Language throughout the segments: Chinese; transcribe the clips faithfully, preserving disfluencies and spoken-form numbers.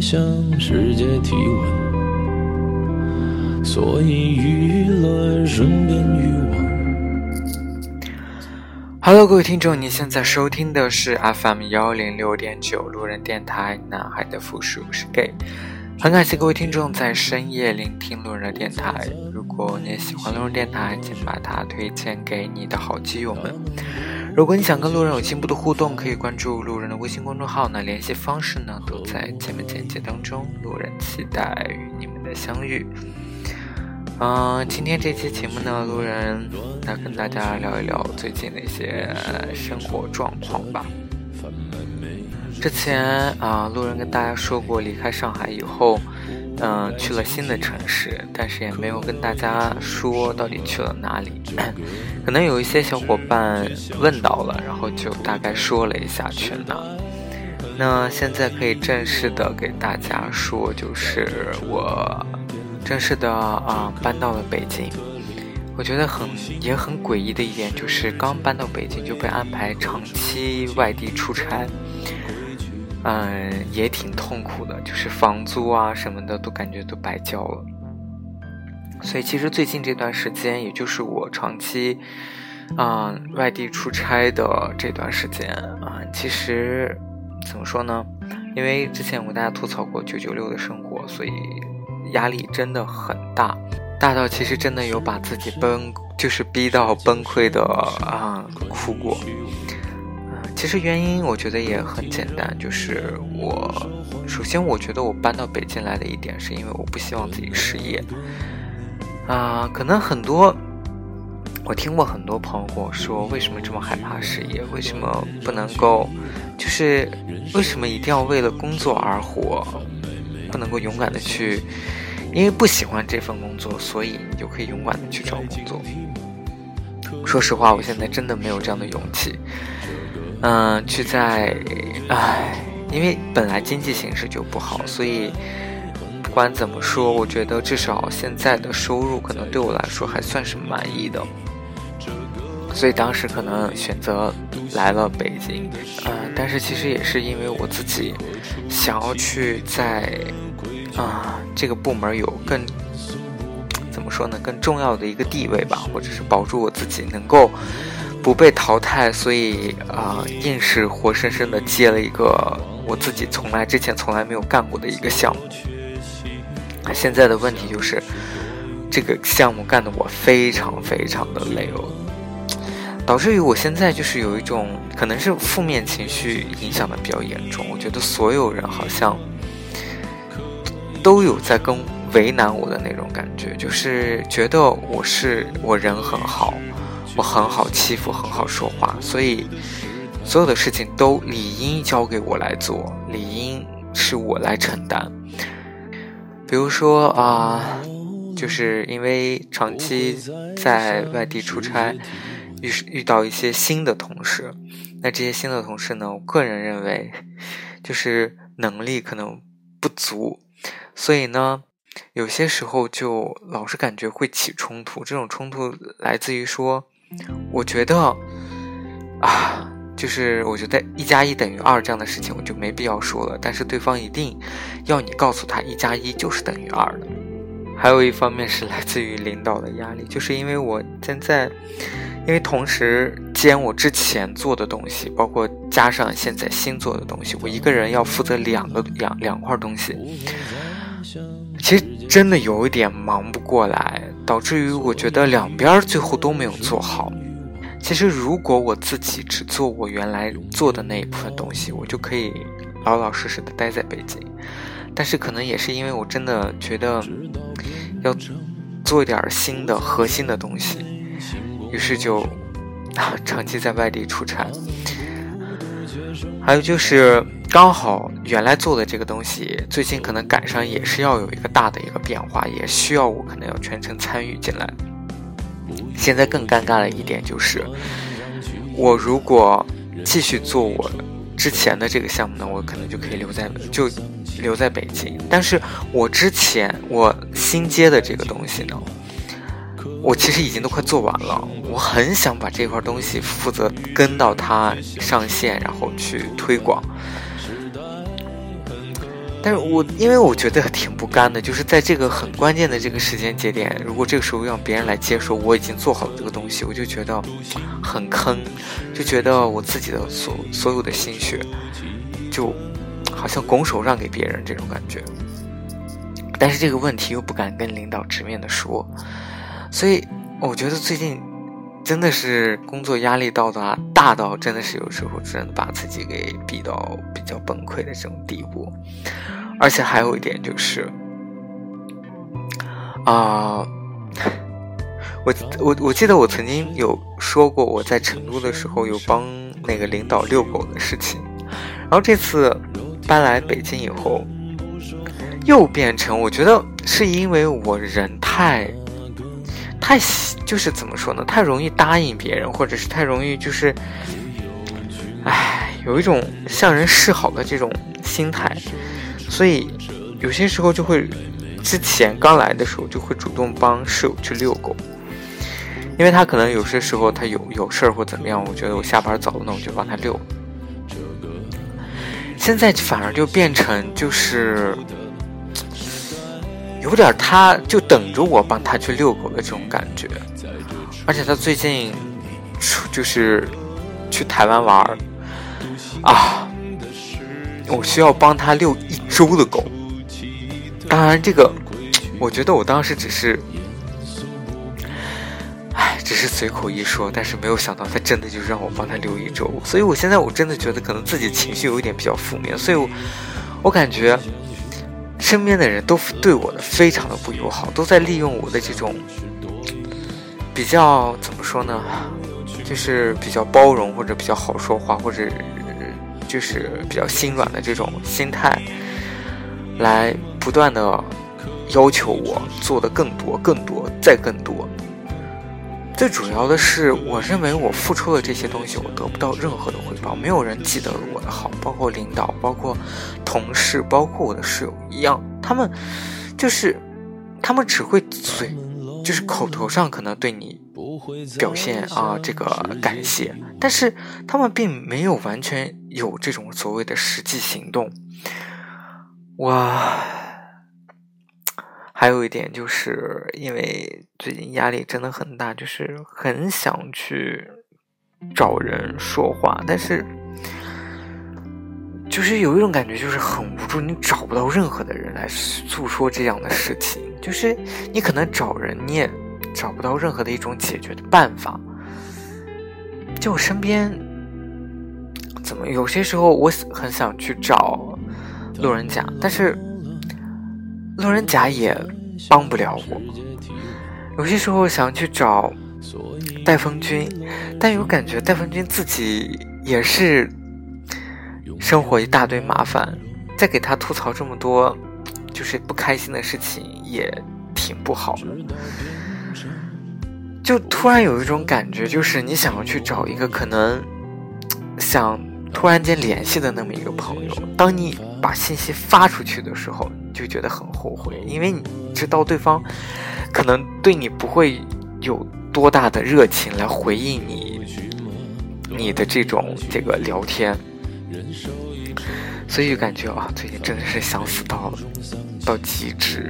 向世界提问，所以娱乐顺便欲望。 Hello， 各位听众，你现在收听的是 F M 一零六点九 路人电台，男孩的复数是 gay。很感谢各位听众在深夜聆听路人的电台。如果你也喜欢路人电台，请把它推荐给你的好基友们。如果你想跟路人有进一步的互动，可以关注路人的微信公众号呢，联系方式呢都在节目简介当中。路人期待与你们的相遇。嗯、呃，今天这期节目呢，路人来跟大家聊一聊最近的一些生活状况吧。之前啊、呃，路人跟大家说过，离开上海以后，嗯、呃，去了新的城市，但是也没有跟大家说到底去了哪里。可能有一些小伙伴问到了，然后就大概说了一下去哪。那现在可以正式的给大家说，就是我正式的啊、呃、搬到了北京。我觉得很也很诡异的一点就是，刚搬到北京就被安排长期外地出差。嗯，也挺痛苦的，就是房租啊什么的都感觉都白交了。所以其实最近这段时间，也就是我长期嗯外地出差的这段时间啊、嗯，其实怎么说呢？因为之前我跟大家吐槽过九九六的生活，所以压力真的很大，大到其实真的有把自己崩就是逼到崩溃的啊、嗯、哭过。其实原因我觉得也很简单，就是我首先我觉得我搬到北京来的一点是因为我不希望自己失业啊、呃，可能很多我听过很多朋友跟我说，为什么这么害怕失业，为什么不能够就是为什么一定要为了工作而活，不能够勇敢的去，因为不喜欢这份工作，所以你就可以勇敢的去找工作。说实话，我现在真的没有这样的勇气嗯、呃，去在，唉，因为本来经济形势就不好，所以不管怎么说，我觉得至少现在的收入可能对我来说还算是满意的，所以当时可能选择来了北京，嗯、呃，但是其实也是因为我自己想要去在啊、呃、这个部门有更怎么说呢，更重要的一个地位吧，或者是保住我自己能够不被淘汰，所以啊、呃，硬是活生生的接了一个我自己从来之前从来没有干过的一个项目。现在的问题就是，这个项目干得我非常非常的累哦，导致于我现在就是有一种可能是负面情绪影响的比较严重。我觉得所有人好像都有在跟为难我的那种感觉，就是觉得我是我人很好。我很好欺负，很好说话，所以所有的事情都理应交给我来做，理应是我来承担。比如说啊、呃，就是因为长期在外地出差，遇遇到一些新的同事，那这些新的同事呢，我个人认为就是能力可能不足，所以呢有些时候就老是感觉会起冲突。这种冲突来自于说，我觉得啊，就是我觉得一加一等于二这样的事情我就没必要说了，但是对方一定要你告诉他一加一就是等于二的。还有一方面是来自于领导的压力，就是因为我现在因为同时兼我之前做的东西，包括加上现在新做的东西，我一个人要负责两个两两块东西，其实真的有一点忙不过来，导致于我觉得两边最后都没有做好。其实如果我自己只做我原来做的那一部分东西，我就可以老老实实的待在北京，但是可能也是因为我真的觉得要做一点新的核心的东西，于是就啊长期在外地出差。还有就是刚好原来做的这个东西最近可能赶上也是要有一个大的一个变化，也需要我可能要全程参与进来。现在更尴尬的一点就是，我如果继续做我之前的这个项目呢，我可能就可以留在就留在北京，但是我之前我新接的这个东西呢，我其实已经都快做完了，我很想把这块东西负责跟到它上线，然后去推广。 但是我因为我觉得挺不甘的，就是在这个很关键的这个时间节点，如果这个时候让别人来接受我已经做好了这个东西，我就觉得很坑，就觉得我自己的所所有的心血就好像拱手让给别人这种感觉。但是这个问题又不敢跟领导直面的说，所以我觉得最近真的是工作压力到达大到真的是有时候真的把自己给逼到比较崩溃的这种地步。而且还有一点就是啊、呃，我我我记得我曾经有说过我在成都的时候有帮那个领导遛狗的事情，然后这次搬来北京以后又变成，我觉得是因为我人太太就是怎么说呢，太容易答应别人，或者是太容易就是唉有一种向人示好的这种心态，所以有些时候就会之前刚来的时候就会主动帮室友去遛狗，因为他可能有些时候他有有事儿或怎么样，我觉得我下班早了，那我就帮他遛。现在反而就变成就是有点他就等着我帮他去遛狗的这种感觉。而且他最近就是去台湾玩啊，我需要帮他遛一周的狗。当然这个我觉得我当时只是唉只是随口一说，但是没有想到他真的就让我帮他遛一周。所以我现在我真的觉得可能自己情绪有一点比较负面，所以我我感觉身边的人都对我的非常的不友好，都在利用我的这种比较怎么说呢，就是比较包容或者比较好说话，或者就是比较心软的这种心态来不断的要求我做的更多更多再更多。最主要的是我认为我付出了这些东西我得不到任何的回报，没有人记得我的好，包括领导，包括同事，包括我的室友一样，他们就是他们只会嘴就是口头上可能对你表现啊这个感谢，但是他们并没有完全有这种所谓的实际行动。哇，还有一点就是因为最近压力真的很大，就是很想去找人说话，但是就是有一种感觉就是很无助，你找不到任何的人来诉说这样的事情，就是你可能找人你也找不到任何的一种解决的办法。就我身边怎么有些时候我很想去找路人甲，但是路人甲也帮不了我。有些时候想去找戴峰君，但有感觉戴峰君自己也是生活一大堆麻烦，再给他吐槽这么多就是不开心的事情也挺不好的。就突然有一种感觉，就是你想要去找一个可能想突然间联系的那么一个朋友，当你把信息发出去的时候就觉得很后悔，因为你知道对方可能对你不会有多大的热情来回应你你的这种这个聊天，所以就感觉啊，最近真的是想死到到极致。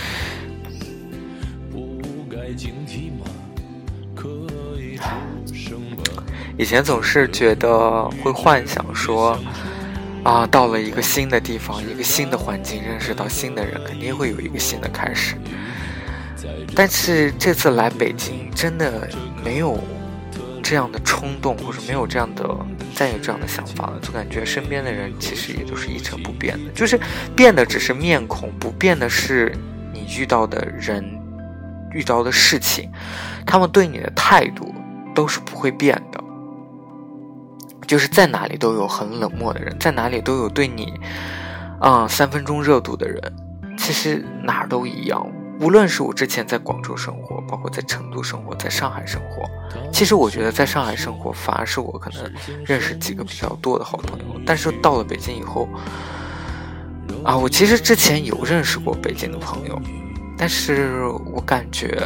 以前总是觉得会幻想说啊，到了一个新的地方，一个新的环境，认识到新的人，肯定会有一个新的开始。但是这次来北京真的没有这样的冲动，或者没有这样的再有这样的想法了，就感觉身边的人其实也都是一成不变的，就是变的只是面孔，不变的是你遇到的人遇到的事情，他们对你的态度都是不会变的。就是在哪里都有很冷漠的人，在哪里都有对你啊、嗯、三分钟热度的人，其实哪儿都一样。无论是我之前在广州生活，包括在成都生活，在上海生活，其实我觉得在上海生活反而是我可能认识几个比较多的好朋友。但是到了北京以后啊，我其实之前有认识过北京的朋友，但是我感觉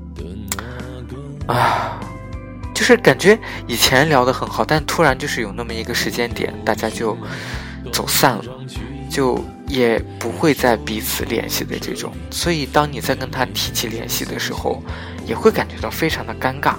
啊，就是感觉以前聊得很好，但突然就是有那么一个时间点大家就走散了， 就也不会再彼此联系的这种，所以当你在跟他提起联系的时候，也会感觉到非常的尴尬。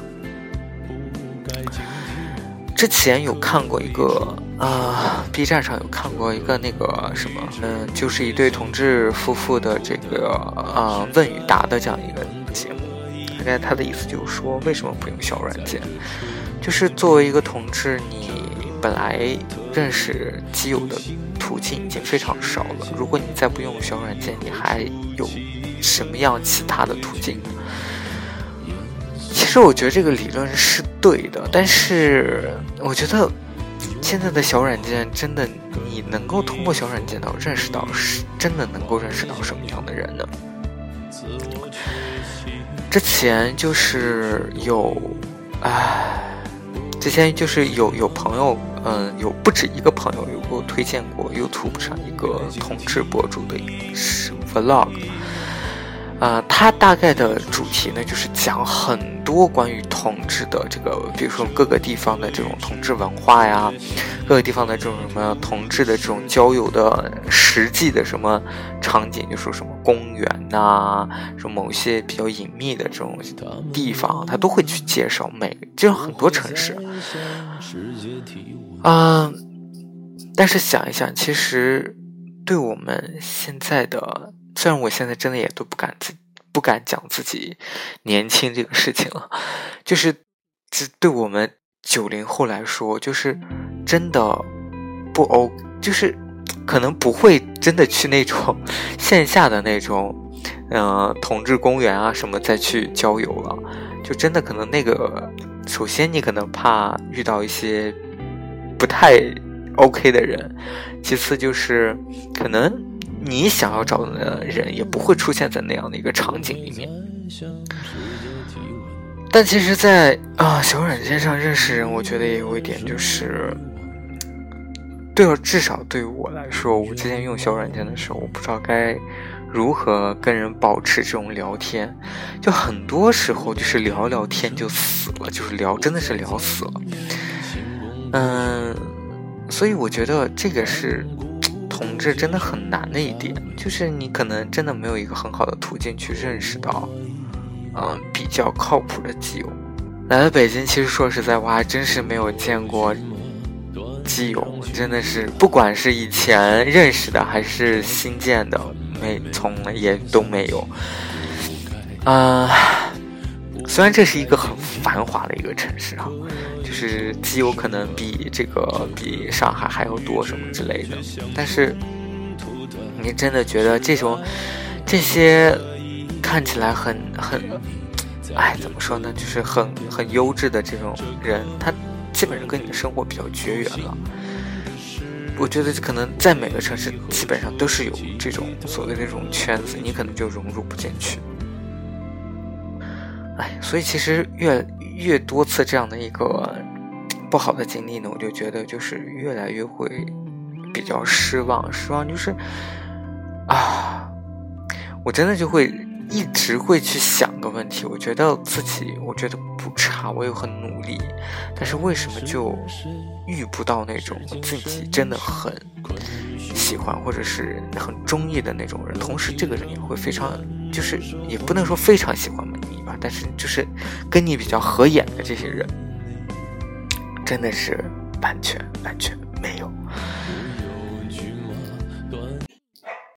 之前有看过一个呃 B 站上有看过一个那个什么嗯、呃，就是一对同志夫妇的这个呃问与答的这样一个节目，大概他的意思就是说，为什么不用小软件？就是作为一个同志，你本来认识基友的途径已经非常少了，如果你再不用小软件，你还有什么样其他的途径呢？其实我觉得这个理论是对的，但是我觉得现在的小软件真的，你能够通过小软件到认识到，是真的能够认识到什么样的人呢？之前就是有，唉。之前就是有有朋友，嗯，有不止一个朋友有给我推荐过 YouTube 上一个同志博主的一是 vlog， 呃，他大概的主题呢就是讲很多关于同志的这个，比如说各个地方的这种同志文化呀，各个地方的这种什么同志的这种交友的实际的什么场景，就说什么公园呐、啊，什么某些比较隐秘的这种地方，他都会去介绍每就很多城市。嗯、呃，但是想一想，其实对我们现在的，虽然我现在真的也都不敢自不敢讲自己年轻这个事情了，就是这对我们九零后来说，就是真的不 OK， 就是可能不会真的去那种线下的那种呃同志公园啊什么再去郊游了，就真的可能那个，首先你可能怕遇到一些不太 OK 的人，其次就是可能你想要找的人也不会出现在那样的一个场景里面。但其实在啊小软件上认识人，我觉得也有一点就是对，至少对于我来说，我之前用小软件的时候，我不知道该如何跟人保持这种聊天，就很多时候就是聊聊天就死了，就是聊真的是聊死了。嗯，所以我觉得这个是同志真的很难的一点，就是你可能真的没有一个很好的途径去认识到嗯比较靠谱的基友。来到北京，其实说实在我还真是没有见过基友，真的是不管是以前认识的还是新建的，没从来也都没有。啊、呃，虽然这是一个很繁华的一个城市哈，就是基友可能比这个比上海还要多什么之类的，但是你真的觉得这种这些看起来很很，哎，怎么说呢，就是很很优质的这种人，他基本上跟你的生活比较绝缘了。我觉得可能在每个城市基本上都是有这种所谓的这种圈子，你可能就融入不进去。哎，所以其实越越多次这样的一个不好的经历呢，我就觉得就是越来越会比较失望，失望就是啊，我真的就会一直会去想个问题，我觉得自己我觉得不差，我又很努力，但是为什么就遇不到那种自己真的很喜欢或者是很中意的那种人，同时这个人也会非常，就是也不能说非常喜欢你吧，但是就是跟你比较合眼的这些人，真的是完全完全没有。